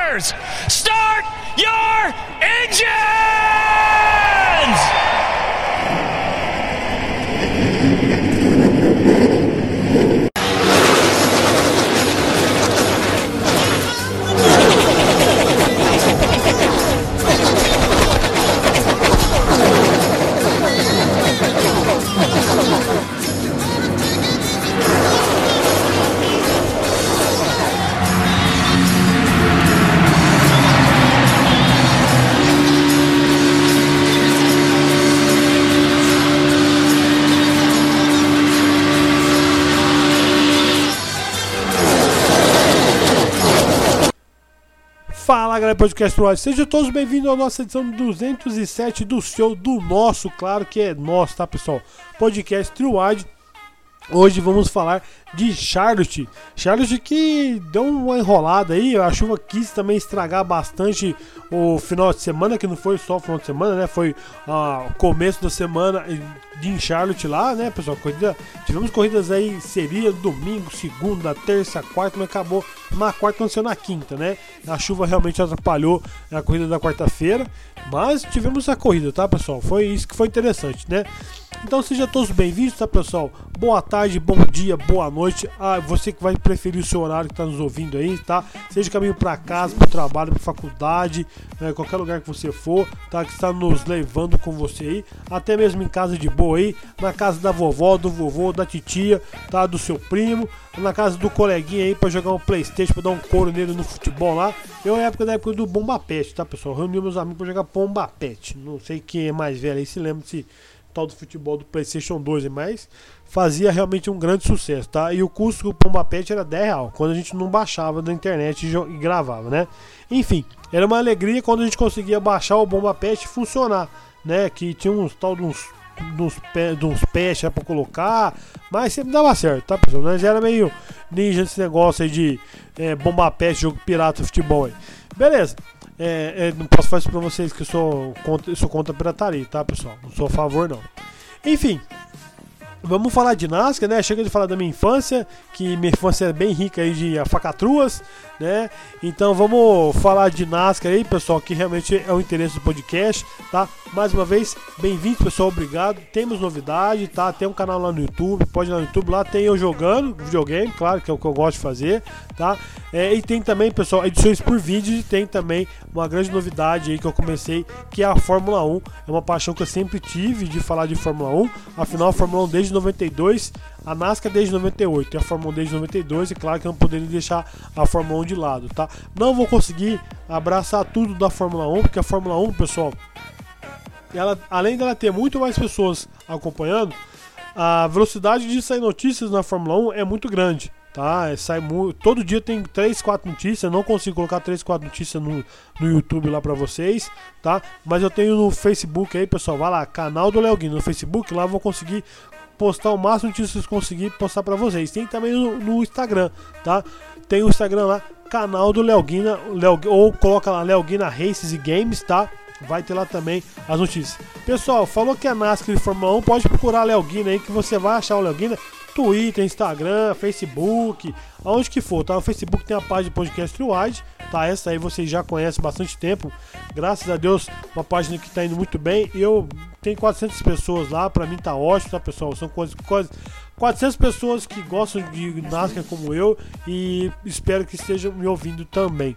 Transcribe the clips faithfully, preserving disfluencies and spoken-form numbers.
Cars, start your engines! Fala galera, podcast Pro Rádio, sejam todos bem-vindos à nossa edição duzentos e sete do seu, do nosso, claro que é nosso, tá pessoal? Podcast True Wide. Hoje vamos falar de Charlotte. Charlotte que deu uma enrolada aí, a chuva quis também estragar bastante o final de semana, que não foi só o final de semana, né? Foi ah, o começo da semana de Charlotte lá, né, pessoal? Corrida, tivemos corridas aí, seria domingo, segunda, terça, quarta, mas acabou na quarta, aconteceu na quinta, né? A chuva realmente atrapalhou a corrida da quarta-feira, mas tivemos a corrida, tá, pessoal? Foi isso que foi interessante, né? Então sejam todos bem-vindos, tá, pessoal? Boa tarde, bom dia, boa noite. Ah, você que vai preferir o seu horário que está nos ouvindo aí, tá? Seja caminho para casa, para o trabalho, para faculdade, né? Qualquer lugar que você for, tá? Que está nos levando com você aí, até mesmo em casa de boa aí, na casa da vovó, do vovô, da titia, tá? Do seu primo, na casa do coleguinha aí para jogar um PlayStation, para dar um couro nele no futebol lá. Eu na época da época do Bomba Pet, tá, pessoal? Reuni meus amigos para jogar Bomba Pet. Não sei quem é mais velho aí se lembra desse tal do futebol do PlayStation dois, mas fazia realmente um grande sucesso, tá? E o custo do Bomba Pet era dez reais, quando a gente não baixava da internet e, e gravava, né? Enfim, era uma alegria quando a gente conseguia baixar o Bomba Pet e funcionar, né? Que tinha uns tal de uns, de uns, de uns patches pra colocar, mas sempre dava certo, tá, pessoal? Nós era meio ninja esse negócio aí de é, Bomba Pet, jogo pirata, futebol aí. Beleza. É, é, não posso fazer isso pra vocês que eu sou contra, eu sou contra a pirataria, tá, pessoal? Não sou a favor, não. Enfim, vamos falar de NASCAR, né? Chega de falar da minha infância, que minha infância é bem rica aí de falcatruas, né? Então vamos falar de NASCAR aí, pessoal, que realmente é o interesse do podcast, tá? Mais uma vez, bem-vindos, pessoal, obrigado. Temos novidade, tá? Tem um canal lá no YouTube, pode ir lá no YouTube, lá tem eu jogando videogame, claro, que é o que eu gosto de fazer, tá? É, e tem também, pessoal, edições por vídeo, e tem também uma grande novidade aí que eu comecei, que é a Fórmula um. É uma paixão que eu sempre tive de falar de Fórmula um, afinal a Fórmula um desde noventa e dois, a NASCAR desde noventa e oito e a Fórmula um desde noventa e dois, e claro que eu não poderia deixar a Fórmula um de lado, tá? Não vou conseguir abraçar tudo da Fórmula um, porque a Fórmula um, pessoal, ela, além dela ter muito mais pessoas acompanhando, a velocidade de sair notícias na Fórmula um é muito grande, tá? Sai muito, todo dia tem três, quatro notícias. Não consigo colocar três, quatro notícias no, no YouTube lá pra vocês, tá? Mas eu tenho no Facebook aí, pessoal, vai lá, canal do Léo Guina no Facebook, lá eu vou conseguir postar o máximo de notícias que conseguir postar pra vocês. Tem também no, no Instagram, tá? Tem o Instagram lá, canal do Léo Guina, Léo, ou coloca lá Léo Guina Races e Games, tá? Vai ter lá também as notícias. Pessoal, falou que é NASCAR e Fórmula um, pode procurar Léo Guina aí que você vai achar o Léo Guina. Twitter, Instagram, Facebook, aonde que for, tá? O Facebook tem a página de podcast True Wide, tá? Essa aí vocês já conhecem há bastante tempo. Graças a Deus, uma página que tá indo muito bem. Eu tenho quatrocentas pessoas lá, pra mim tá ótimo, tá, pessoal? São coisas, coisas quatrocentas pessoas que gostam de NASCAR como eu e espero que estejam me ouvindo também.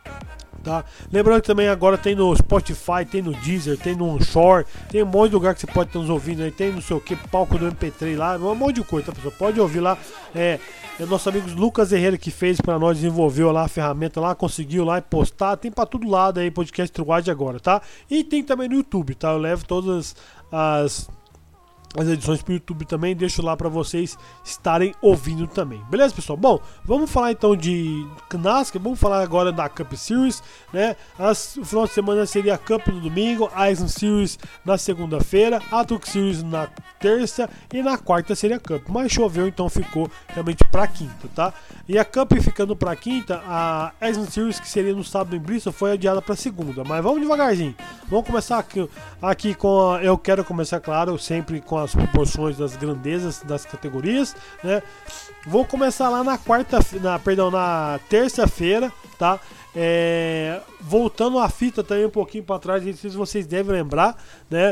Tá? Lembrando que também agora tem no Spotify, tem no Deezer, tem no Onshore, tem um monte de lugar que você pode estar nos ouvindo aí, tem no seu que, palco do M P três lá, um monte de coisa, tá, pessoal? Pode ouvir lá, é, é nosso amigo Lucas Herrera que fez pra nós, desenvolveu lá a ferramenta lá, conseguiu lá e postar, tem pra todo lado aí, podcast True Wide agora, tá? E tem também no YouTube, tá? Eu levo todas as... as edições pro YouTube também, deixo lá para vocês estarem ouvindo também. Beleza, pessoal? Bom, vamos falar então de NASCAR, vamos falar agora da Cup Series, né? As, o final de semana seria a Cup no domingo, a Island Series na segunda-feira, a Truck Series na terça e na quarta seria a Cup. Mas choveu, então ficou realmente pra quinta, tá? E a Cup ficando pra quinta, a Island Series, que seria no sábado em Bristol, foi adiada pra segunda. Mas vamos devagarzinho. Vamos começar aqui, aqui com a, eu quero começar, claro, sempre com as proporções das grandezas das categorias, né? Vou começar lá na quarta, na, perdão, na terça-feira, tá? É, voltando à fita também um pouquinho para trás, não sei se vocês devem lembrar, né?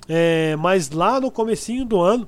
É, mas lá no comecinho do ano,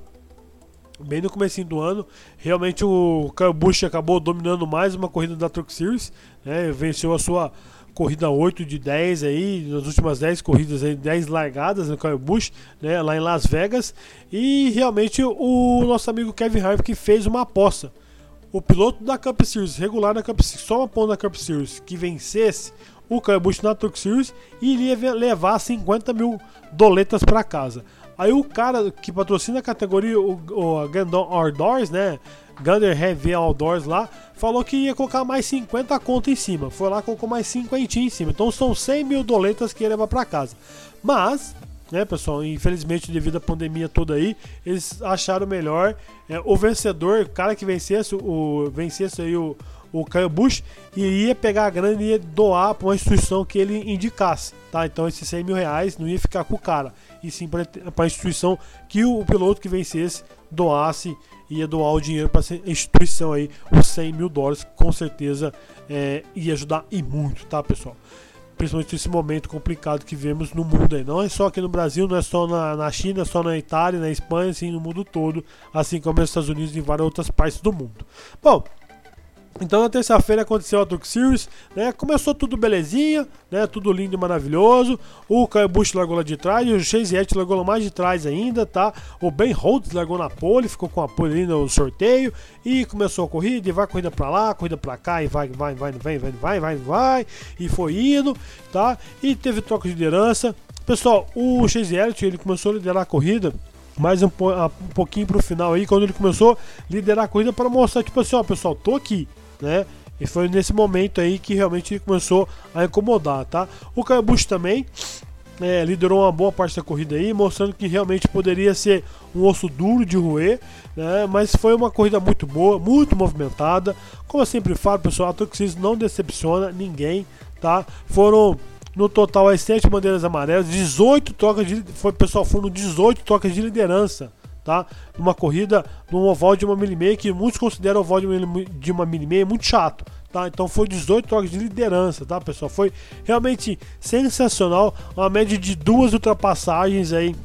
bem no comecinho do ano, realmente o Kyle Busch acabou dominando mais uma corrida da Truck Series, né? Venceu a sua corrida oito de dez aí, nas últimas dez corridas aí, dez largadas no Kyle Busch, né, lá em Las Vegas, e realmente o nosso amigo Kevin Harvick fez uma aposta. O piloto da Cup Series, regular da Cup Series, só uma ponta da Cup Series, que vencesse o Kyle Busch na Truck Series, iria levar cinquenta mil doletas para casa. Aí o cara que patrocina a categoria, o, o Gandon Outdoors, né, Gander Heavy Outdoors lá, falou que ia colocar mais cinquenta conto em cima. Foi lá, colocou mais cinquenta em cima. Então são cem mil doletas que ia levar para casa. Mas, né, pessoal, infelizmente devido à pandemia toda aí, eles acharam melhor é, o vencedor, o cara que vencesse, o, vencesse aí o, o Kyle Busch, iria pegar a grana e ia doar para uma instituição que ele indicasse, tá? Então esses cem mil reais não ia ficar com o cara, e sim para a instituição que o, o piloto que vencesse doasse, ia doar o dinheiro para essa instituição aí, os cem mil dólares, com certeza é, ia ajudar e muito, tá, pessoal? Principalmente nesse momento complicado que vemos no mundo aí. Não é só aqui no Brasil, não é só na, na China, só na Itália, na Espanha, assim, no mundo todo, assim como nos Estados Unidos e em várias outras partes do mundo. Bom, então na terça-feira aconteceu a Truck Series, né? Começou tudo belezinha, né? Tudo lindo e maravilhoso. O Kyle Busch largou lá de trás, o Chase Elliott largou lá mais de trás ainda, tá? O Ben Rhodes largou na pole, ficou com a pole ali no sorteio e começou a corrida, e vai corrida pra lá, corrida pra cá, e vai, vai, vai, vai, vai, vai, vai, vai, e foi indo, tá? E teve troca de liderança. Pessoal, o Chase Elliott, ele começou a liderar a corrida mais um, um pouquinho pro final aí, quando ele começou a liderar a corrida para mostrar, tipo assim, ó, pessoal, tô aqui, né? E foi nesse momento aí que realmente ele começou a incomodar, tá? O Kyle Busch também é, liderou uma boa parte da corrida aí, mostrando que realmente poderia ser um osso duro de roer, né? Mas foi uma corrida muito boa, muito movimentada. Como eu sempre falo, pessoal, a Truck Series não decepciona ninguém, tá? Foram no total as sete bandeiras amarelas, dezoito trocas de, foi, pessoal, foram dezoito trocas de liderança, tá? Numa corrida, num oval de uma milha e meia, que muitos consideram o oval de uma milha e meia muito chato, tá? Então foi dezoito trocas de liderança, tá, pessoal? Foi realmente sensacional, uma média de duas ultrapassagens aí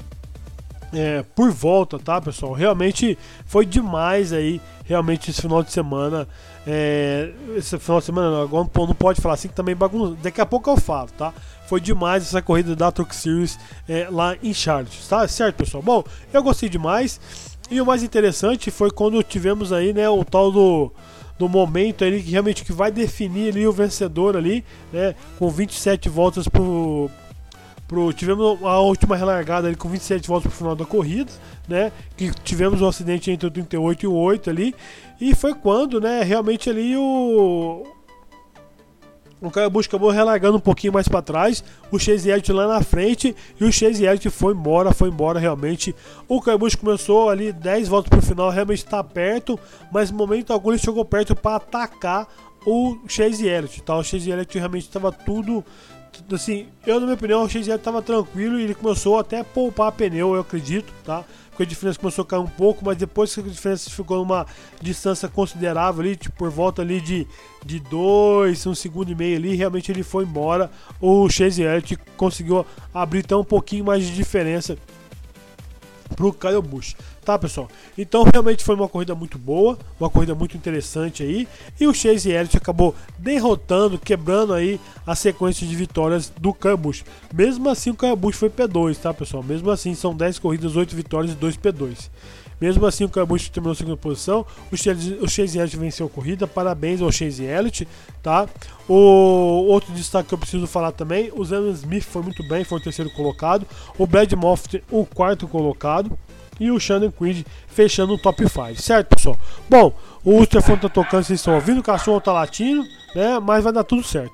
é, por volta, tá, pessoal? Realmente foi demais aí, realmente esse final de semana, é, esse final de semana não, agora não pode falar assim que também bagunça, daqui a pouco eu falo, tá? Foi demais essa corrida da Truck Series é, lá em Charlotte, tá? Certo, pessoal? Bom, eu gostei demais. E o mais interessante foi quando tivemos aí, né, o tal do, do momento ali que realmente que vai definir ali o vencedor ali, né? Com vinte e sete voltas pro, pro tivemos a última relargada ali com vinte e sete voltas pro final da corrida, né? Que tivemos um acidente entre o trinta e oito e o oito ali, e foi quando, né, realmente ali o O Kyle Busch acabou relargando um pouquinho mais para trás, o Chase Elliott lá na frente, e o Chase Elliott foi embora, foi embora realmente. O Kyle Busch começou ali dez voltas pro final, realmente está perto, mas no momento algum ele chegou perto para atacar o Chase Elliott, tá? O Chase Elliott realmente estava tudo, assim, eu na minha opinião, o Chase Elliott estava tranquilo e ele começou até a poupar pneu, eu acredito, tá? Porque a diferença começou a cair um pouco, mas depois que a diferença ficou numa distância considerável ali, tipo, por volta ali de de dois, um segundo e meio ali, realmente ele foi embora. O Chase Elliott conseguiu abrir então um pouquinho mais de diferença pro Kyle Busch, tá, pessoal? Então realmente foi uma corrida muito boa, uma corrida muito interessante aí, e o Chase Elliott acabou derrotando, quebrando aí a sequência de vitórias do Kyle Busch. Mesmo assim o Kyle Busch foi P dois, tá, pessoal? Mesmo assim são dez corridas, oito vitórias e dois P dois. Mesmo assim o Kyle Busch terminou na segunda posição, o Chase, o Chase Elliott venceu a corrida, parabéns ao Chase Elliott, tá? O outro destaque que eu preciso falar também, o Zane Smith foi muito bem, foi o terceiro colocado, o Brad Moffitt o quarto colocado, e o Shannon Creed fechando o top cinco, certo, pessoal? Bom, o ultrafone tá tocando, vocês estão ouvindo, o cachorro tá latindo, né? Mas vai dar tudo certo.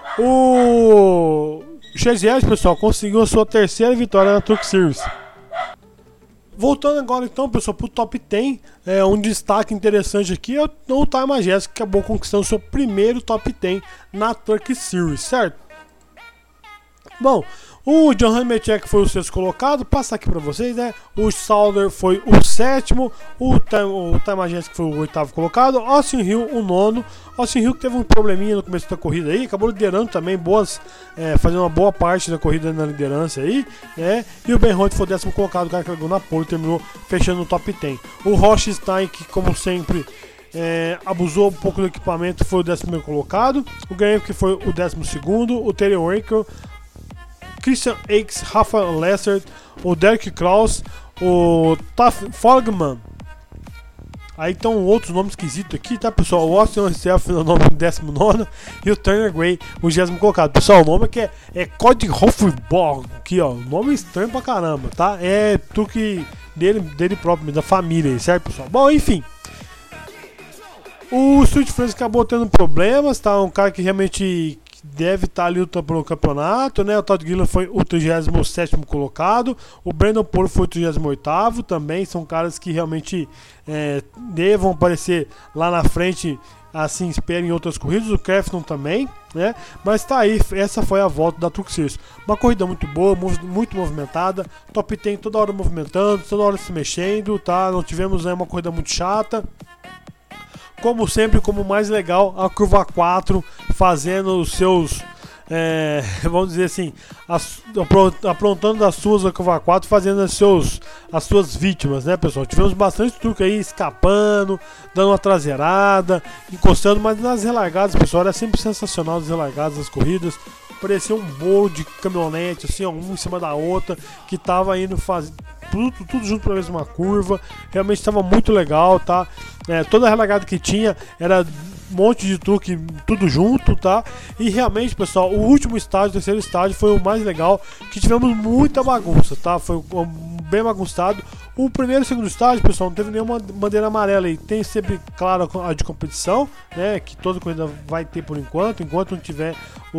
O Chase Elliott, pessoal, conseguiu a sua terceira vitória na Truck Series. Voltando agora então, pessoal, pro top dez, é, um destaque interessante aqui é o Ty Majeski, que acabou conquistando seu primeiro top dez na Truck Series, certo? Bom, O John Hunter foi o sexto colocado, passa aqui pra vocês, né? O Sauder foi o sétimo, o Tamajeski foi o oitavo colocado, Austin Hill o nono. Austin Hill que teve um probleminha no começo da corrida aí, acabou liderando também, boas, é, fazendo uma boa parte da corrida na liderança aí, né? E o Ben Hunt foi o décimo colocado, o cara que largou na pole, terminou fechando no top dez. O Rochstein, que como sempre É, abusou um pouco do equipamento, foi o décimo primeiro colocado. O Graham, que foi o décimo segundo. O Terry Winkel, Christian Aikes, Rafael Lesser, o Derek Kraus, o Taff Fogman. Aí estão outros nomes esquisitos aqui, tá, pessoal? O Austin Self no nome do décimo nono e o Turner Gray, o vigésimo colocado. Pessoal, o nome aqui é, é Cody Hofborg, aqui, ó. Nome estranho pra caramba, tá? É truque dele, dele próprio, da família aí, certo, pessoal? Bom, enfim. O Street Friends acabou tendo problemas, tá? Um cara que realmente deve estar ali lutando pelo campeonato, né? O Todd Gilliland foi o trigésimo sétimo colocado, o Brandon Polo foi o trigésimo oitavo também. São caras que realmente é, devam aparecer lá na frente, assim esperem em outras corridas. O Crafton também, né? Mas tá aí, essa foi a volta da Truck Series. Uma corrida muito boa, muito movimentada, top dez toda hora movimentando, toda hora se mexendo, tá? Não tivemos aí uma corrida muito chata. Como sempre, como mais legal, a curva quatro fazendo os seus, é, vamos dizer assim, as, aprontando das suas a curva quatro, fazendo as, seus, as suas vítimas, né, pessoal? Tivemos bastante truque aí, escapando, dando uma traseirada, encostando, mas nas relargadas, pessoal, era sempre sensacional as relargadas das corridas. Parecia um bolo de caminhonete, assim, ó, um em cima da outra, que tava indo fazer tudo, tudo junto pra mesma curva. Realmente estava muito legal, tá? É, toda a relargada que tinha era um monte de truque, tudo junto, tá? E realmente, pessoal, o último estágio, o terceiro estágio, foi o mais legal, que tivemos muita bagunça, tá? Foi bem bagunçado. O primeiro e o segundo estágio, pessoal, não teve nenhuma bandeira amarela aí. Tem sempre, claro, a de competição, né? Que toda corrida vai ter por enquanto, enquanto não tiver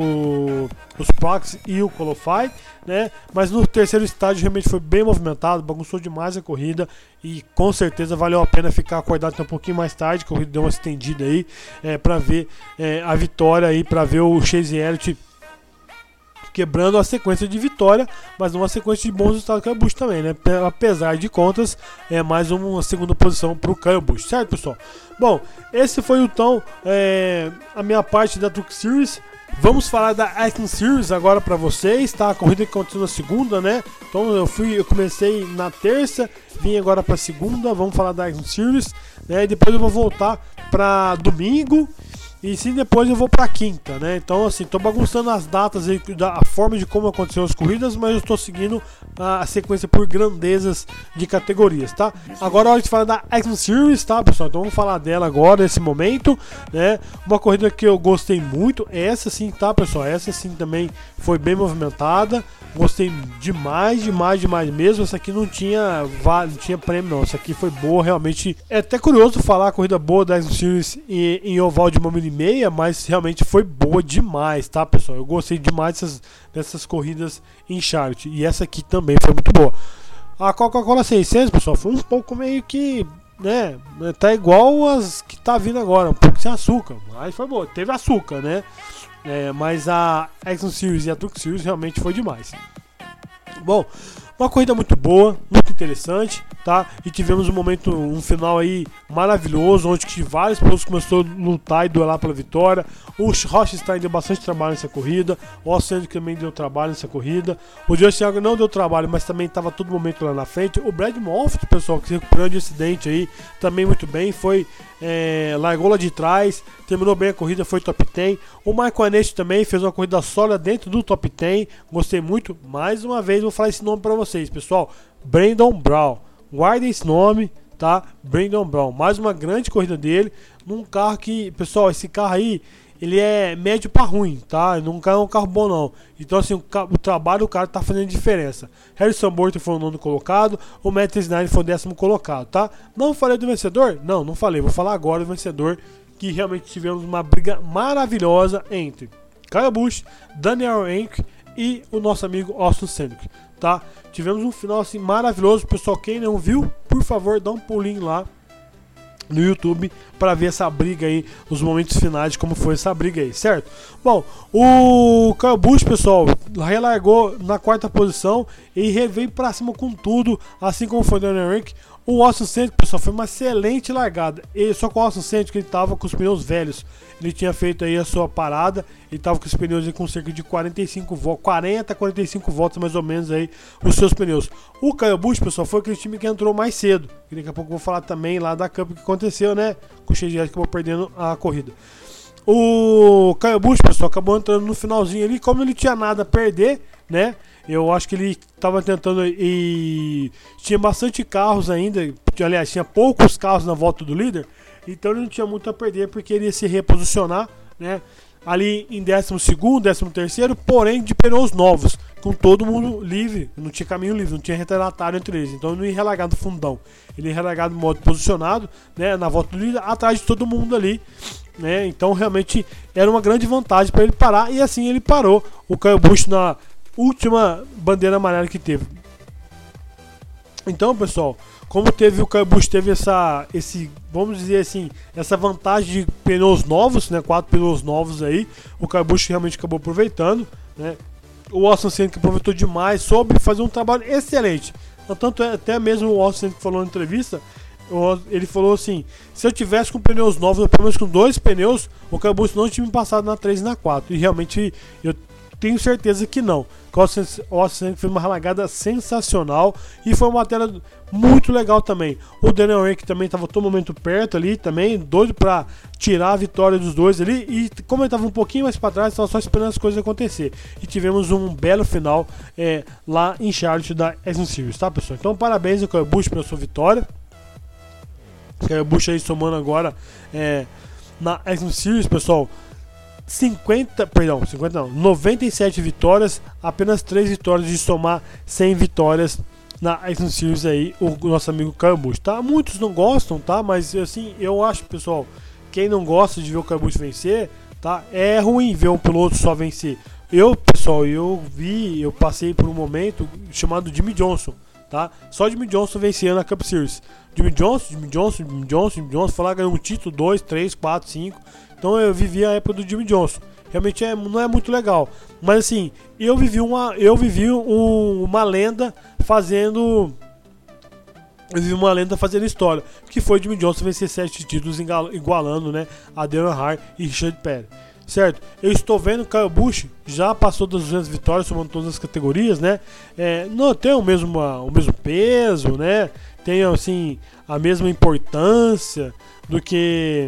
o, os Prox e o Qualify, né? Mas no terceiro estágio realmente foi bem movimentado, bagunçou demais a corrida e com certeza valeu a pena ficar acordado até um pouquinho mais tarde. A corrida deu uma estendida aí, é, para ver é, a vitória aí, para ver o Chase Elliott quebrando a sequência de vitória, mas uma sequência de bons resultados do Kyle Busch também, né? Apesar de contas, é mais uma segunda posição para o Kyle Busch, certo, pessoal? Bom, esse foi então é, a minha parte da Truck Series. Vamos falar da Action Series agora para vocês, tá? A corrida que aconteceu na segunda, né? Então eu fui, eu comecei na terça, vim agora para segunda. Vamos falar da Action Series, né? E depois eu vou voltar para domingo. E sim, depois eu vou pra quinta, né? Então, assim, tô bagunçando as datas aí, a forma de como aconteceu as corridas, mas eu estou seguindo a sequência por grandezas de categorias, tá? Agora é hora de falar da Action Series, tá, pessoal? Então vamos falar dela agora, nesse momento, né? Uma corrida que eu gostei muito, essa sim, tá, pessoal? Essa sim também foi bem movimentada. Gostei demais, demais, demais mesmo. Essa aqui não tinha, não tinha prêmio, não. Essa aqui foi boa, realmente. É até curioso falar a corrida boa da Action Series em, em oval de uma milha e meia, mas realmente foi boa demais, tá, pessoal? Eu gostei demais dessas, dessas corridas em Charlotte. E essa aqui também foi muito boa. A Coca-Cola seiscentos, pessoal, foi um pouco meio que, né, tá igual as que tá vindo agora, um pouco sem açúcar, mas foi boa. Teve açúcar, né? É, mas a Action Series e a Truck Series realmente foi demais. Bom, uma corrida muito boa, muito interessante, tá? E tivemos um momento, um final aí maravilhoso, onde que vários pilotos começaram a lutar e duelar pela vitória. O Rochstein deu bastante trabalho nessa corrida, o Austin também deu trabalho nessa corrida. O Joe Thiago não deu trabalho, mas também estava todo momento lá na frente. O Brad Moffitt, pessoal, que se recuperou de acidente aí, também muito bem, foi, é, largou lá de trás, terminou bem a corrida, foi top dez. O Michael Annett também fez uma corrida sólida dentro do top dez, gostei muito. Mais uma vez vou falar esse nome para vocês, pessoal, Brandon Brown, guardem esse nome, tá? Brandon Brown, mais uma grande corrida dele, num carro que, pessoal, esse carro aí, ele é médio para ruim, tá? Não é um carro bom não. Então assim, o, o trabalho do cara tá fazendo diferença. Harrison Burton foi o nono colocado, o Matt Snyder foi o décimo colocado, tá? Não falei do vencedor? Não, não falei. Vou falar agora do vencedor, que realmente tivemos uma briga maravilhosa entre Kyle Busch, Daniel Hemric e o nosso amigo Austin Cindric, tá? Tivemos um final assim maravilhoso, pessoal. Quem não viu, por favor, dá um pulinho lá no YouTube para ver essa briga aí, os momentos finais de como foi essa briga aí, certo? Bom, o Kyle Busch, pessoal, relargou na quarta posição e veio para cima com tudo, assim como foi o Daniel Rick. O Austin Cindric, pessoal, foi uma excelente largada. Ele, só com o Austin Cindric, ele estava com os pneus velhos. Ele tinha feito aí a sua parada. Ele estava com os pneus aí com cerca de quarenta e cinco voltas, quarenta, quarenta e cinco voltas mais ou menos aí, os seus pneus. O Kyle Busch, pessoal, foi aquele time que entrou mais cedo. E daqui a pouco eu vou falar também lá da Cup que aconteceu, né? Com o Chase acabou perdendo a corrida. O Kyle Busch, pessoal, acabou entrando no finalzinho ali. Como ele tinha nada a perder, né? Eu acho que ele estava tentando e tinha bastante carros ainda, aliás, tinha poucos carros na volta do líder, então ele não tinha muito a perder porque ele ia se reposicionar, né, ali em décimo segundo, décimo terceiro, porém de pneus novos, com todo mundo livre, não tinha caminho livre, não tinha retardatário entre eles, então ele não ia relargar do fundão, ele ia relargar no modo posicionado, né, na volta do líder, atrás de todo mundo ali, né, então realmente era uma grande vantagem para ele parar, e assim ele parou. O Kyle Busch na última bandeira amarela que teve. Então, pessoal, como teve o Kyle Busch teve essa, esse, vamos dizer assim, essa vantagem de pneus novos, né, quatro pneus novos aí, o Kyle Busch realmente acabou aproveitando, né? O Austin Cindric aproveitou demais, soube fazer um trabalho excelente. Tanto é, até mesmo o Austin Cindric falou na entrevista, ele falou assim: se eu tivesse com pneus novos, pelo menos com dois pneus, o Kyle Busch não tinha me passado na três e na quatro. E realmente eu tenho certeza que não. O Austin fez uma largada sensacional e foi uma matéria muito legal também. O Daniel Rick também estava todo momento perto ali, também doido para tirar a vitória dos dois ali. E como ele estava um pouquinho mais para trás, estava só esperando as coisas acontecer. E tivemos um belo final é, lá em Charlotte da X Series, tá, pessoal? Então parabéns ao Kyle Busch pela sua vitória. O Kyle Busch aí somando agora é, na X Series, pessoal, cinquenta, perdão, cinquenta não, noventa e sete vitórias, apenas três vitórias de somar cem vitórias na X Series aí, o nosso amigo Kyle Busch, tá? Muitos não gostam, tá? Mas assim, eu acho, pessoal, quem não gosta de ver o Kyle Busch vencer, tá? É ruim ver um piloto só vencer. Eu, pessoal, eu vi, eu passei por um momento chamado Jimmie Johnson, tá? Só Jimmie Johnson vencia na Cup Series. Jimmie Johnson, Jimmie Johnson, Jimmie Johnson, Jimmie Johnson, foi lá, ganhou um título, dois, três, quatro, cinco. Então eu vivi a época do Jimmie Johnson. Realmente é, não é muito legal. Mas assim, eu vivi uma, eu vivi um, uma lenda fazendo. Eu vivi uma lenda fazendo história. Que foi Jimmie Johnson vencer sete títulos, igualando, né, a Dale Earnhardt e Richard Petty. Certo? Eu estou vendo que o Kyle Busch já passou das duzentas vitórias, somando todas as categorias, né? É, não tem o mesmo, o mesmo peso, né? Tem assim a mesma importância do que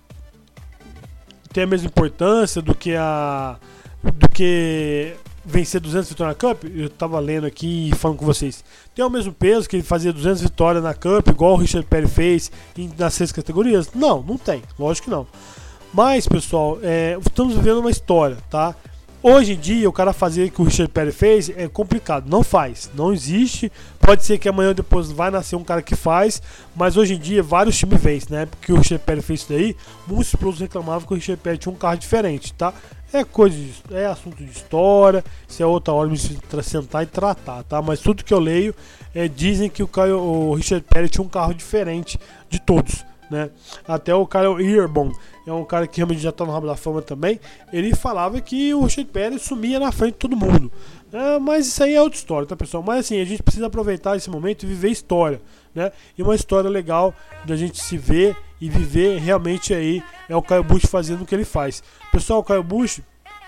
tem a mesma importância do que a do que vencer duzentas vitórias na Cup. Eu tava lendo aqui e falando com vocês. Tem o mesmo peso que ele fazia duzentas vitórias na Cup, igual o Richard Petty fez nas seis categorias? Não, não tem. Lógico que não. Mas, pessoal, é, estamos vivendo uma história, tá? Hoje em dia, o cara fazer o que o Richard Petty fez é complicado. Não faz, não existe. Pode ser que amanhã ou depois vai nascer um cara que faz, mas hoje em dia vários times vencem, né? Porque o Richard Petty fez isso daí, muitos pilotos reclamavam que o Richard Petty tinha um carro diferente, tá? É coisa de, é assunto de história, isso é outra hora de se sentar e tratar, tá? Mas tudo que eu leio é, dizem que o, Kyle, o Richard Petty tinha um carro diferente de todos, né? Até o Kyle Earbon, é um cara que realmente já tá no rabo da fama também, ele falava que o Richard Petty sumia na frente de todo mundo. É, mas isso aí é outra história, tá, pessoal? Mas assim, a gente precisa aproveitar esse momento e viver história, né? E uma história legal da gente se ver e viver realmente aí é o Kyle Busch fazendo o que ele faz. Pessoal, o Kyle Busch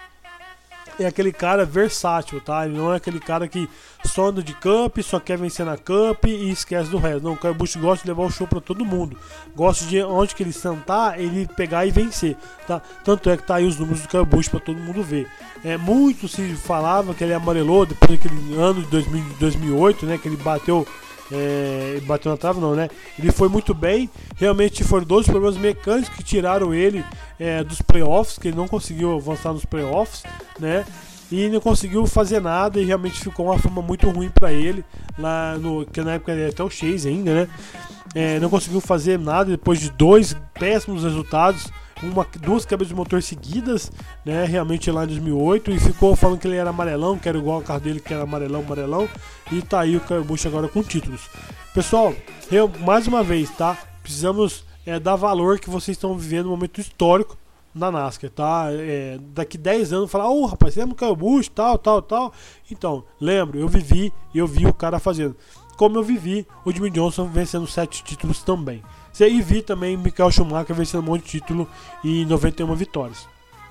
é aquele cara versátil, tá? Ele não é aquele cara que só anda de Cup, só quer vencer na Cup e esquece do resto. Não, o Kyle Busch gosta de levar o show pra todo mundo. Gosta de onde que ele sentar, ele pegar e vencer, tá? Tanto é que tá aí os números do Kyle Busch pra todo mundo ver. É, muito se falava que ele amarelou depois daquele ano de dois mil, dois mil e oito, né? Que ele bateu... É, bateu na trave não, né? Ele foi muito bem. Realmente foram dois problemas mecânicos que tiraram ele é, dos playoffs, que ele não conseguiu avançar nos playoffs, né? E não conseguiu fazer nada e realmente ficou uma fama muito ruim para ele lá no, que na época era até o Chase ainda, né? É, não conseguiu fazer nada depois de dois péssimos resultados, uma, duas quebras de motor seguidas, né, realmente lá em dois mil e oito, e ficou falando que ele era amarelão, que era igual ao carro dele, que era amarelão, amarelão, e tá aí o Kyle Busch agora com títulos. Pessoal, eu, mais uma vez, tá, precisamos é, dar valor que vocês estão vivendo um momento histórico na NASCAR, tá? É, daqui dez anos falar, ô oh, rapaz, você lembra que é o Busch, tal, tal, tal. Então, lembro, eu vivi e eu vi o cara fazendo. Como eu vivi o Jimmy Johnson vencendo sete títulos também. E vi também Michael Schumacher vencendo um monte de título e noventa e uma vitórias.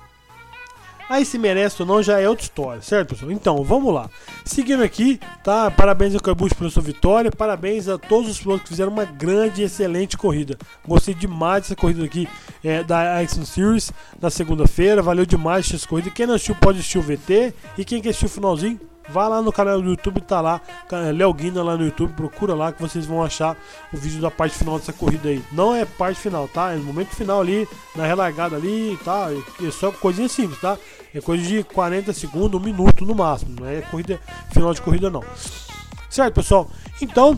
Aí se merece ou não já é outra história, certo, pessoal? Então, vamos lá. Seguindo aqui, tá? Parabéns ao Kyle Busch pela sua vitória. Parabéns a todos os pilotos que fizeram uma grande e excelente corrida. Gostei demais dessa corrida aqui é, da Action Series na segunda-feira. Valeu demais essa corrida. Quem não assistiu pode assistir o V T. E quem quer assistir o finalzinho, vai lá no canal do YouTube, tá lá, Léo Guina lá no YouTube, procura lá que vocês vão achar o vídeo da parte final dessa corrida aí. Não é parte final, tá? É no momento final ali, na relargada ali, tá? É só coisinha simples, tá? É coisa de quarenta segundos, um minuto no máximo, não é corrida, final de corrida não. Certo, pessoal? Então,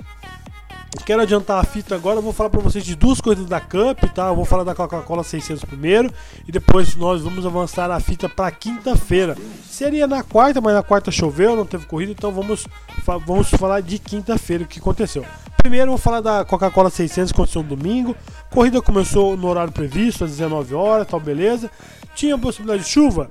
quero adiantar a fita agora, eu vou falar para vocês de duas coisas da Cup, tá? Eu vou falar da Coca-Cola seiscentos primeiro e depois nós vamos avançar a fita para quinta-feira. Seria na quarta, mas na quarta choveu, não teve corrida, então vamos, vamos falar de quinta-feira, o que aconteceu. Primeiro eu vou falar da Coca-Cola seiscentos, que aconteceu no domingo. A corrida começou no horário previsto, às dezenove horas, tal, beleza. Tinha possibilidade de chuva?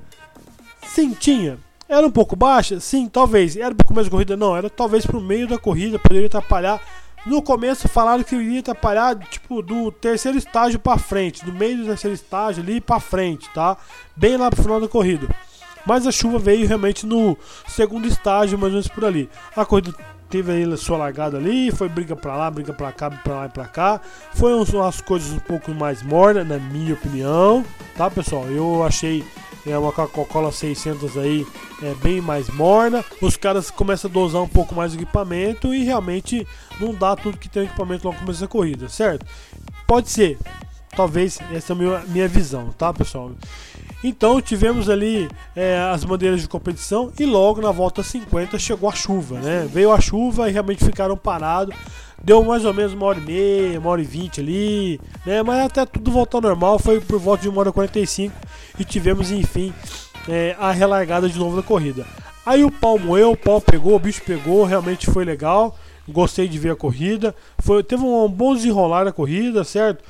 Sim, tinha. Era um pouco baixa? Sim, talvez. Era para o começo da corrida? Não, era talvez para o meio da corrida, poderia atrapalhar. No começo falaram que iria atrapalhar, tipo, do terceiro estágio para frente, do meio do terceiro estágio ali para frente, tá? Bem lá pro final da corrida. Mas a chuva veio realmente no segundo estágio, mais ou menos por ali. A corrida teve aí a sua largada ali, foi briga pra lá, briga pra cá, pra lá e pra cá. Foi umas coisas um pouco mais mornas, na minha opinião, tá, pessoal? Eu achei é, uma Coca-Cola seiscentos aí é, bem mais morna. Os caras começam a dosar um pouco mais o equipamento e realmente não dá tudo que tem o equipamento logo no começo da corrida, certo? Pode ser, talvez essa é a minha, minha visão, tá, pessoal? Então tivemos ali é, as bandeiras de competição e logo na volta cinquenta chegou a chuva, né? Veio a chuva e realmente ficaram parados. Deu mais ou menos uma hora e meia, uma hora e vinte ali, né? Mas até tudo voltou ao normal, foi por volta de uma hora e quarenta e cinco e tivemos enfim é, a relargada de novo da corrida. Aí o pau moeu, o pau pegou, o bicho pegou, realmente foi legal. Gostei de ver a corrida. Foi, teve um bom desenrolar da corrida, certo?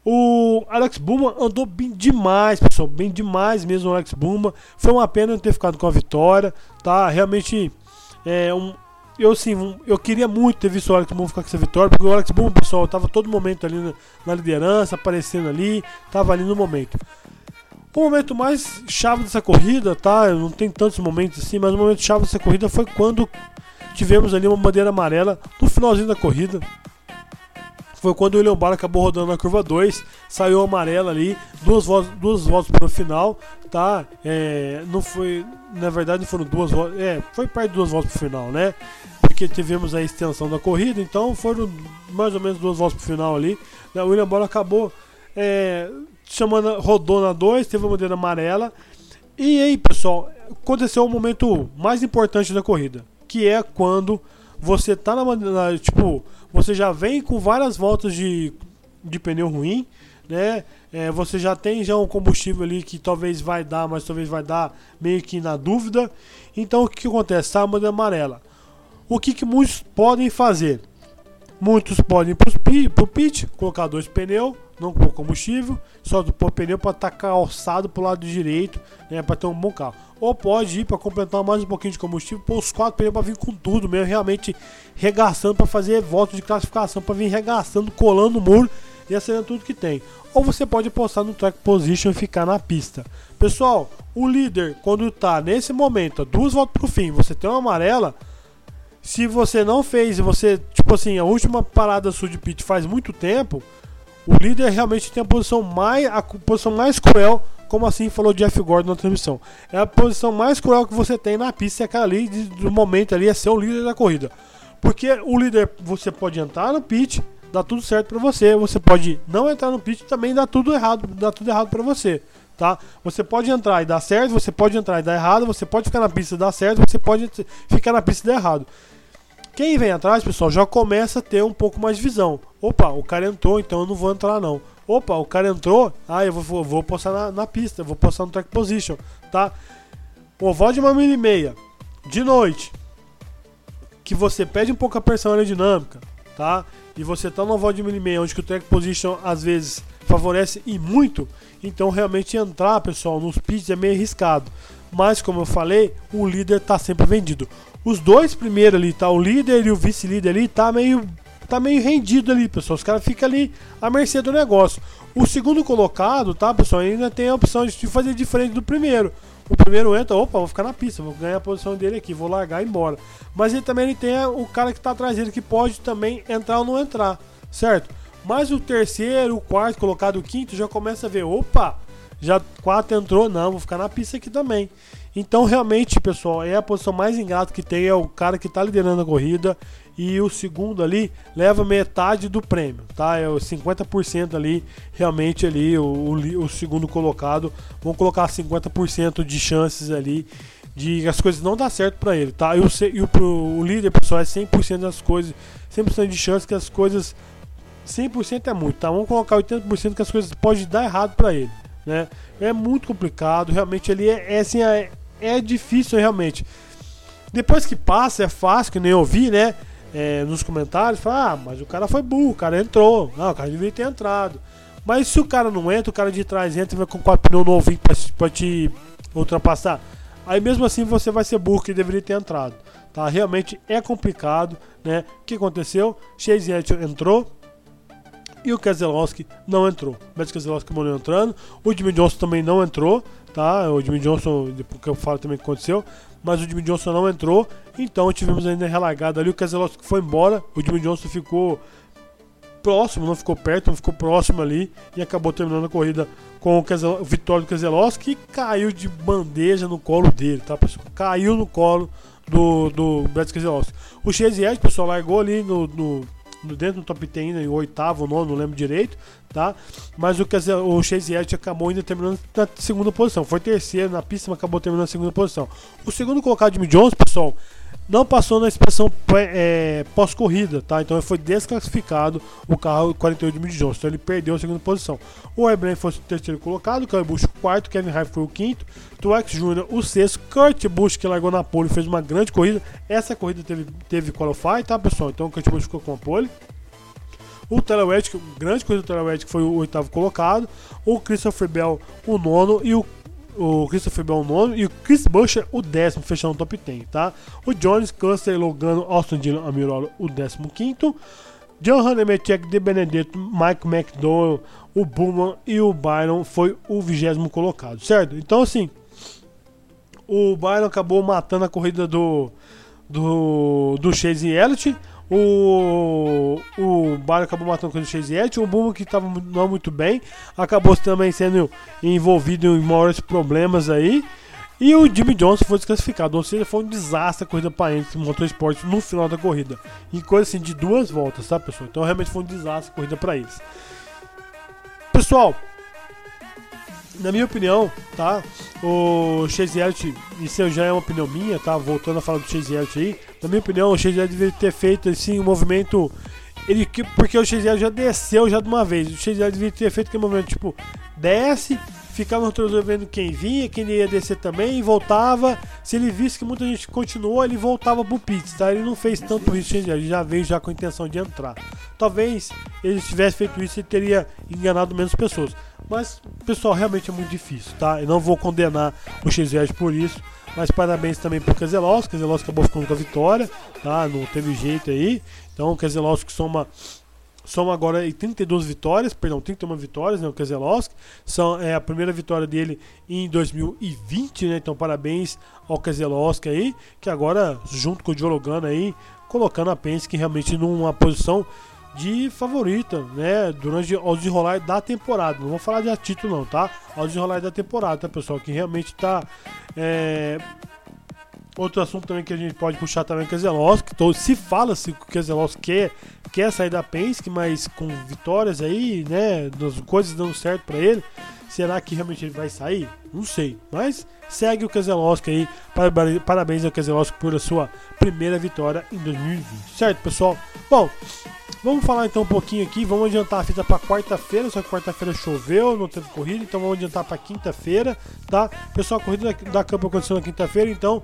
O Alex Bowman andou bem demais, pessoal, bem demais mesmo o Alex Bowman. Foi uma pena não ter ficado com a vitória, tá? Realmente, é, um, eu sim, um, eu queria muito ter visto o Alex Bowman ficar com essa vitória, porque o Alex Bowman, pessoal, tava todo momento ali na, na liderança, aparecendo ali, tava ali no momento. O momento mais chave dessa corrida, tá? Não tem tantos momentos assim, mas o momento chave dessa corrida foi quando tivemos ali uma bandeira amarela no finalzinho da corrida. Foi quando o William Byron acabou rodando na curva dois, saiu amarela ali, duas voltas, duas voltas para o final, tá? É, não foi, na verdade foram duas voltas, é, foi perto de duas voltas para o final, né? Porque tivemos a extensão da corrida, então foram mais ou menos duas voltas para o final ali. O William Byron acabou é, chamando, rodou na dois, teve a bandeira amarela. E aí, pessoal, aconteceu o momento mais importante da corrida, que é quando você tá na, na tipo, você já vem com várias voltas de, de pneu ruim, né? É, você já tem já um combustível ali que talvez vai dar, mas talvez vai dar meio que na dúvida. Então o que, que acontece? Tá a bandeira amarela. O que, que muitos podem fazer? Muitos podem ir para o pit, colocar dois pneus, não com combustível, só pôr pneu para estar calçado para o lado direito, né, para ter um bom carro. Ou pode ir para completar mais um pouquinho de combustível, pôr os quatro pneus para vir com tudo mesmo, realmente regaçando para fazer volta de classificação, para vir regaçando, colando no muro e acertando tudo que tem. Ou você pode apostar no track position e ficar na pista. Pessoal, o líder, quando está nesse momento, duas voltas para o fim, você tem uma amarela. Se você não fez, você, tipo assim, a última parada sua de pit faz muito tempo, o líder realmente tem a posição mais, a posição mais cruel, como assim falou Jeff Gordon na transmissão. É a posição mais cruel que você tem na pista, é aquela ali, do momento ali, é ser o líder da corrida. Porque o líder, você pode entrar no pit, dá tudo certo pra você, você pode não entrar no pit, também dá tudo errado, dá tudo errado pra você. Tá? Você pode entrar e dar certo, você pode entrar e dar errado, você pode ficar na pista e dar certo, você pode ficar na pista e dar errado. Quem vem atrás, pessoal, já começa a ter um pouco mais de visão. Opa, o cara entrou, então eu não vou entrar não. Opa, o cara entrou, ah, eu vou, vou postar na, na pista, eu vou postar no track position, tá? Oval de uma milha e meia, de noite, que você perde um pouco a pressão aerodinâmica, tá? e você tá no oval de millimane, onde que o track position às vezes favorece e muito, então realmente entrar, pessoal, nos pits é meio arriscado. Mas como eu falei, o líder tá sempre vendido. Os dois primeiros ali, tá? O líder e o vice-líder ali, tá meio, tá meio rendido ali, pessoal. Os caras ficam ali à mercê do negócio. O segundo colocado, tá, pessoal, ainda tem a opção de fazer diferente do primeiro. O primeiro entra, opa, vou ficar na pista, vou ganhar a posição dele aqui, vou largar e ir embora. Mas ele também ele tem o cara que tá atrás dele, que pode também entrar ou não entrar, certo? Mas o terceiro, o quarto colocado, o quinto, já começa a ver, opa, já quatro entrou, não, vou ficar na pista aqui também. Então realmente, pessoal, é a posição mais ingrata que tem, é o cara que está liderando a corrida, e o segundo ali leva metade do prêmio, tá? É o cinquenta por cento ali, realmente ali, o, o, o segundo colocado, vão colocar cinquenta por cento de chances ali de as coisas não dar certo para ele, tá? E o, e o, o líder, pessoal, é cem por cento das coisas, cem por cento de chance que as coisas, cem por cento é muito, tá? Vamos colocar oitenta por cento que as coisas podem dar errado para ele, né? É muito complicado, realmente ali é, é assim, é, é difícil realmente. Depois que passa, é fácil, que nem eu vi, né? É, nos comentários, fala, ah, mas o cara foi burro, o cara entrou, não, o cara deveria ter entrado. Mas se o cara não entra, o cara de trás entra e vai com quatro pneus novinhos pra, pra te ultrapassar, aí mesmo assim você vai ser burro, que deveria ter entrado, tá? Realmente é complicado, né? O que aconteceu? Chase Elliott entrou e o Keselowski não entrou. O Matt Keselowski acabou não entrando, o Jimmy Johnson também não entrou, tá? O Jimmy Johnson, depois que eu falo também o que aconteceu, mas o Jimmy Johnson não entrou, então tivemos ainda relargado ali, o Keselowski foi embora, o Jimmy Johnson ficou próximo, não ficou perto, não ficou próximo ali, e acabou terminando a corrida com o, Keselowski, o vitória do Keselowski, que caiu de bandeja no colo dele, tá, pessoal? Caiu no colo do, do Brad Keselowski. O Chase Elliott, pessoal, largou ali no, no, no dentro do top dez, em oitavo, nono, não lembro direito, tá? Mas o, o Chase Elliott acabou ainda terminando na segunda posição. Foi terceiro na pista, mas acabou terminando na segunda posição. O segundo colocado, Jimmy Johnson, pessoal, não passou na inspeção é, pós-corrida, tá? Então ele foi desclassificado, o carro quarenta e oito de Jimmy Johnson, então ele perdeu a segunda posição. O Airbrain foi o terceiro colocado, o Kyle Busch o quarto, Kevin Harvick foi o quinto, Truex Júnior o sexto, Kurt Busch, que largou na pole, fez uma grande corrida. Essa corrida teve, teve qualify, tá, pessoal? Então o Kurt Busch ficou com a pole. O Tyler Reddick, grande corrida do Tyler Reddick, foi o oitavo colocado, o Christopher Bell o nono e o O Christopher Bell o nono e o Chris Buescher o décimo, fechando o top dez, tá? O Jones, Custer, Logano, Austin Dillon, Almirola o décimo quinto, Johan Nemechek, De Benedetto, Mike McDowell, o Bowman e o Byron foi o vigésimo colocado, certo? Então assim, o Byron acabou matando a corrida do do, do Chase Elliott. O, o Byron acabou matando com o Chase Elliott. O Bowman, que estava não muito bem, acabou também sendo envolvido em maiores problemas aí. E o Jimmy Johnson foi desclassificado. Ou seja, foi um desastre a corrida para ele, Motorsport, no final da corrida. Em coisa assim de duas voltas, tá, pessoal? Então realmente foi um desastre a corrida para eles. Pessoal, na minha opinião, tá? O Chase Elliott, isso já é uma opinião minha, tá? Voltando a falar do Chase Elliott aí, na minha opinião, o Chase Elliott deveria ter feito assim um movimento, ele, porque o Chase Elliott já desceu já de uma vez. O Chase Elliott deveria ter feito aquele movimento tipo, desce, ficava no retrovisor vendo quem vinha, quem ia descer também, e voltava. Se ele visse que muita gente continuou, ele voltava pro pits, tá? Ele não fez tanto isso, ele já veio já com a intenção de entrar. Talvez ele tivesse feito isso, ele teria enganado menos pessoas. Mas, pessoal, realmente é muito difícil, tá? Eu não vou condenar o Chase Elliott por isso, mas parabéns também pro Keselowski. O Keselowski acabou ficando com a vitória, tá? Não teve jeito aí. Então o Keselowski soma, soma agora trinta e duas vitórias, perdão, trinta e uma vitórias, né? O Keselowski. São, é a primeira vitória dele em dois mil e vinte, né? Então parabéns ao Keselowski aí, que agora, junto com o Joe Logano aí, colocando a Penske realmente numa posição de favorita, né, durante o desenrolar da temporada. Não vou falar de a título não, tá? Ao desenrolar da temporada, tá, pessoal? Que realmente tá... É... Outro assunto também que a gente pode puxar também é o Keselowski. Então, se fala-se que o Keselowski quer, quer sair da Penske, mas com vitórias aí, né, das coisas dando certo pra ele, será que realmente ele vai sair? Não sei, mas segue o Keselowski aí. Parabéns ao Keselowski por a sua primeira vitória em dois mil e vinte, certo, pessoal? Bom, vamos falar então um pouquinho aqui, vamos adiantar a fita para quarta-feira, só que quarta-feira choveu, não teve corrida, então vamos adiantar para quinta-feira, tá? Pessoal, a corrida da Cup aconteceu na quinta-feira, então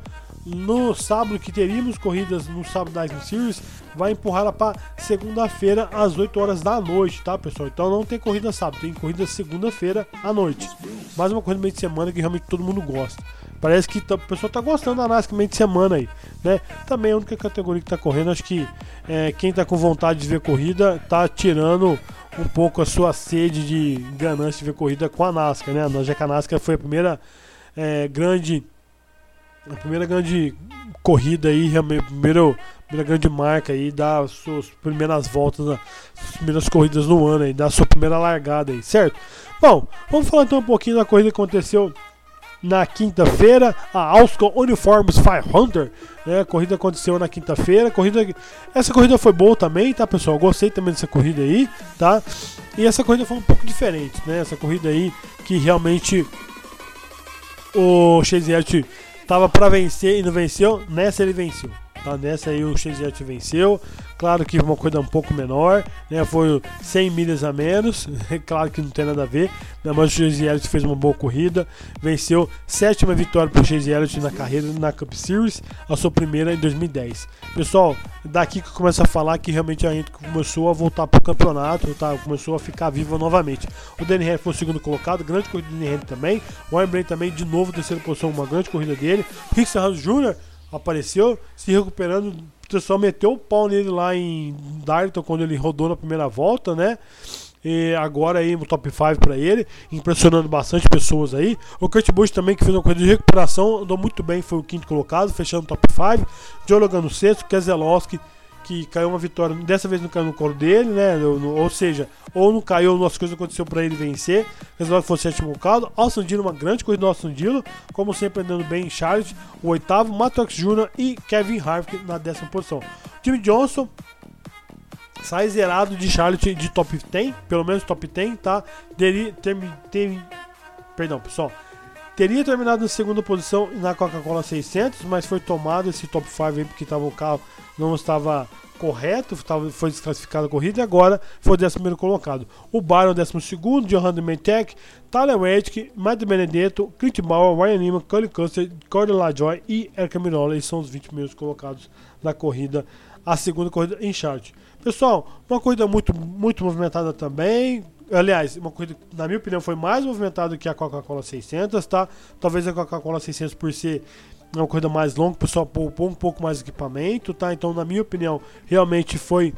no sábado, que teríamos corridas no sábado da Island Series, vai empurrar ela para segunda-feira às oito horas da noite, tá, pessoal? Então não tem corrida sábado, tem corrida segunda-feira à noite. Mais uma corrida no meio de semana que realmente todo mundo gosta. Parece que o pessoal tá gostando da NASCAR meio de semana aí, né? Também é a única categoria que tá correndo. Acho que é, quem tá com vontade de ver corrida tá tirando um pouco a sua sede de ganância de ver corrida com a NASCAR, né? Já que a NASCAR foi a primeira é, grande a primeira grande corrida aí, a primeira, primeira grande marca aí, das suas primeiras voltas, as primeiras corridas no ano aí, da sua primeira largada aí, certo? Bom, vamos falar então um pouquinho da corrida que aconteceu na quinta-feira, a Alsco Uniforms quinhentos, né? A corrida aconteceu na quinta-feira. Corrida, essa corrida foi boa também, tá, pessoal? Gostei também dessa corrida aí, tá? E essa corrida foi um pouco diferente, né? Essa corrida aí que realmente o Chase Elliott tava para vencer e não venceu. Nessa ele venceu, tá? Nessa aí o Chase Elliott venceu. Claro que uma coisa um pouco menor, né? Foi cem milhas a menos. Claro que não tem nada a ver, né? Mas o Chase Elliott fez uma boa corrida, venceu. Sétima vitória para o Chase Elliott na carreira na Cup Series, a sua primeira em dois mil e dez. Pessoal, daqui que eu começo a falar que realmente a gente começou a voltar para o campeonato, tá? Começou a ficar viva novamente. O Danny Henry foi o segundo colocado, grande corrida do Danny Henry também. O Ryan Blaney também, de novo, terceira posição, uma grande corrida dele. Rick Stenhouse Júnior apareceu, se recuperando. O pessoal meteu o pau nele lá em Darlington quando ele rodou na primeira volta, né? E agora aí no top cinco para ele, impressionando bastante pessoas aí. O Kurt Busch também, que fez uma corrida de recuperação, andou muito bem, foi o quinto colocado, fechando o top cinco. Joe Logan no sexto, Keselowski, que caiu uma vitória, dessa vez não caiu no colo dele, né? Ou seja, ou não caiu, ou as coisas aconteceu para ele vencer. Keselowski foi o sétimo colocado. Austin Dillon, uma grande corrida do Austin Dillon, como sempre andando bem em Charlotte. O oitavo, Matt Truex Júnior e Kevin Harvick na décima posição. Jimmy Johnson sai zerado de Charlotte de top dez, pelo menos top dez, tá? Teria, ter, ter, perdão, pessoal. Teria terminado na segunda posição na Coca-Cola seiscentos, mas foi tomado esse top cinco aí porque tava, o carro não estava correto, tava, foi desclassificado a corrida e agora foi o décimo primeiro colocado. O Byron, décimo segundo, Johan Maytech, Tyler Reddick, Matt Benedetto, Clint Bauer, Ryan Newman, Cody Custer, Corey LaJoie e Eric Mirola, eles são os vinte primeiros colocados da corrida, a segunda corrida em Charlotte. Pessoal, uma corrida muito, muito movimentada também. Aliás, uma corrida, na minha opinião, foi mais movimentada que a Coca-Cola seiscentos, tá? Talvez a Coca-Cola seiscentos, por ser uma corrida mais longa, o pessoal poupou um pouco mais de equipamento, tá? Então, na minha opinião, realmente foi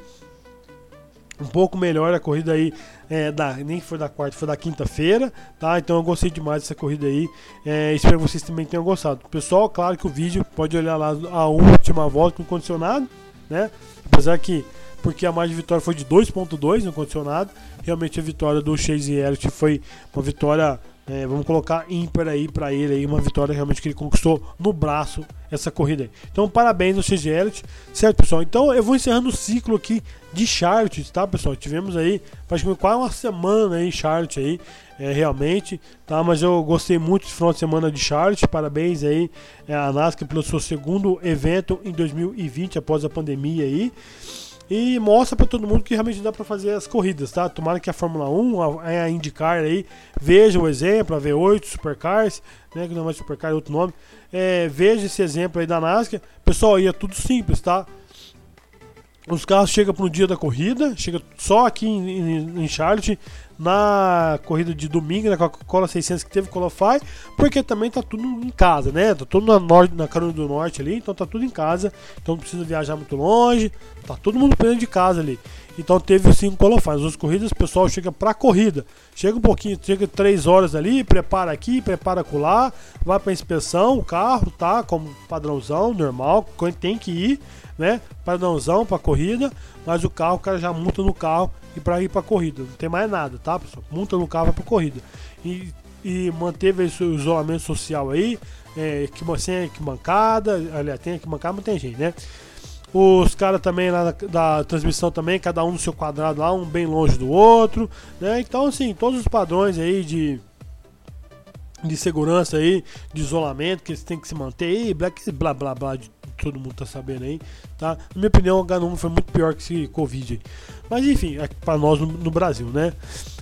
um pouco melhor a corrida aí, é, da, nem foi da quarta, foi da quinta-feira, tá? Então eu gostei demais dessa corrida aí, é, espero que vocês também tenham gostado. Pessoal, claro que o vídeo, pode olhar lá a última volta com condicionado, né? Apesar que, porque a margem de vitória foi de dois ponto dois no condicionado, realmente a vitória do Chase Elliott foi uma vitória, é, vamos colocar ímpar aí pra ele, aí, uma vitória realmente que ele conquistou no braço essa corrida aí. Então parabéns ao Chase Elliott, certo, pessoal? Então eu vou encerrando o ciclo aqui de Charlotte, tá, pessoal? Tivemos aí praticamente quase uma semana aí em Charlotte aí, é, realmente, tá? Mas eu gostei muito desse final de semana de Charlotte. Parabéns aí é, a NASCAR pelo seu segundo evento em dois mil e vinte após a pandemia aí. E mostra para todo mundo que realmente dá para fazer as corridas, tá? Tomara que a Fórmula um, a, a IndyCar aí, veja o exemplo, a V oito Supercars, né? Que não é Supercar, é outro nome. É, veja esse exemplo aí da NASCAR. Pessoal, aí é tudo simples, tá? Os carros chegam para o dia da corrida, chega só aqui em, em, em Charlotte, na corrida de domingo, na Coca-Cola seiscentos que teve Qualify, porque também tá tudo em casa, né? Tá tudo na, norte, na Carolina do Norte ali, então tá tudo em casa, então não precisa viajar muito longe, tá todo mundo dentro de casa ali. Então teve sim um Qualify. As duas corridas, o pessoal chega pra corrida, chega um pouquinho, chega três horas ali, prepara aqui, prepara acolá, vai pra inspeção, o carro tá como padrãozão, normal, tem que ir, né? Padrãozão pra corrida, mas o carro, o cara já monta no carro e para ir para corrida, não tem mais nada, tá, pessoal? Monta no carro para corrida e, e manteve esse isolamento social aí, é, sem arquibancada, aliás, tem arquibancada, mas tem gente, né? Os caras também lá da, da transmissão também, cada um no seu quadrado lá, um bem longe do outro, né? Então, assim, todos os padrões aí de de segurança aí, de isolamento que eles têm que se manter aí, blá blá blá, blá de todo mundo tá sabendo aí, tá? Na minha opinião, o H um foi muito pior que esse Covid. Mas enfim, é para nós no, no Brasil, né?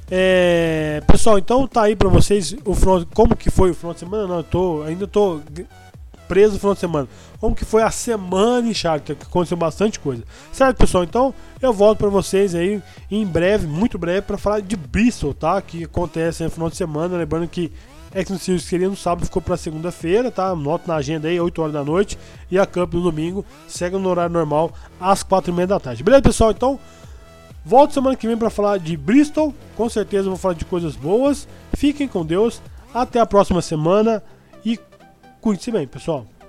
É, pessoal, então tá aí para vocês o final, como que foi o final de semana. Não, eu tô, ainda tô surpresa no final de semana. Como que foi a semana em Charlotte, que aconteceu bastante coisa. Certo, pessoal? Então, eu volto para vocês aí em breve, muito breve, para falar de Bristol, tá? Que acontece no final de semana. Lembrando que Xfinity Series seria no sábado, ficou para segunda-feira, tá? Nota na agenda aí, oito horas da noite. E a Cup no domingo, segue no horário normal, às quatro e meia da tarde. Beleza, pessoal? Então, volto semana que vem para falar de Bristol. Com certeza eu vou falar de coisas boas. Fiquem com Deus. Até a próxima semana. E cuide-se bem, pessoal.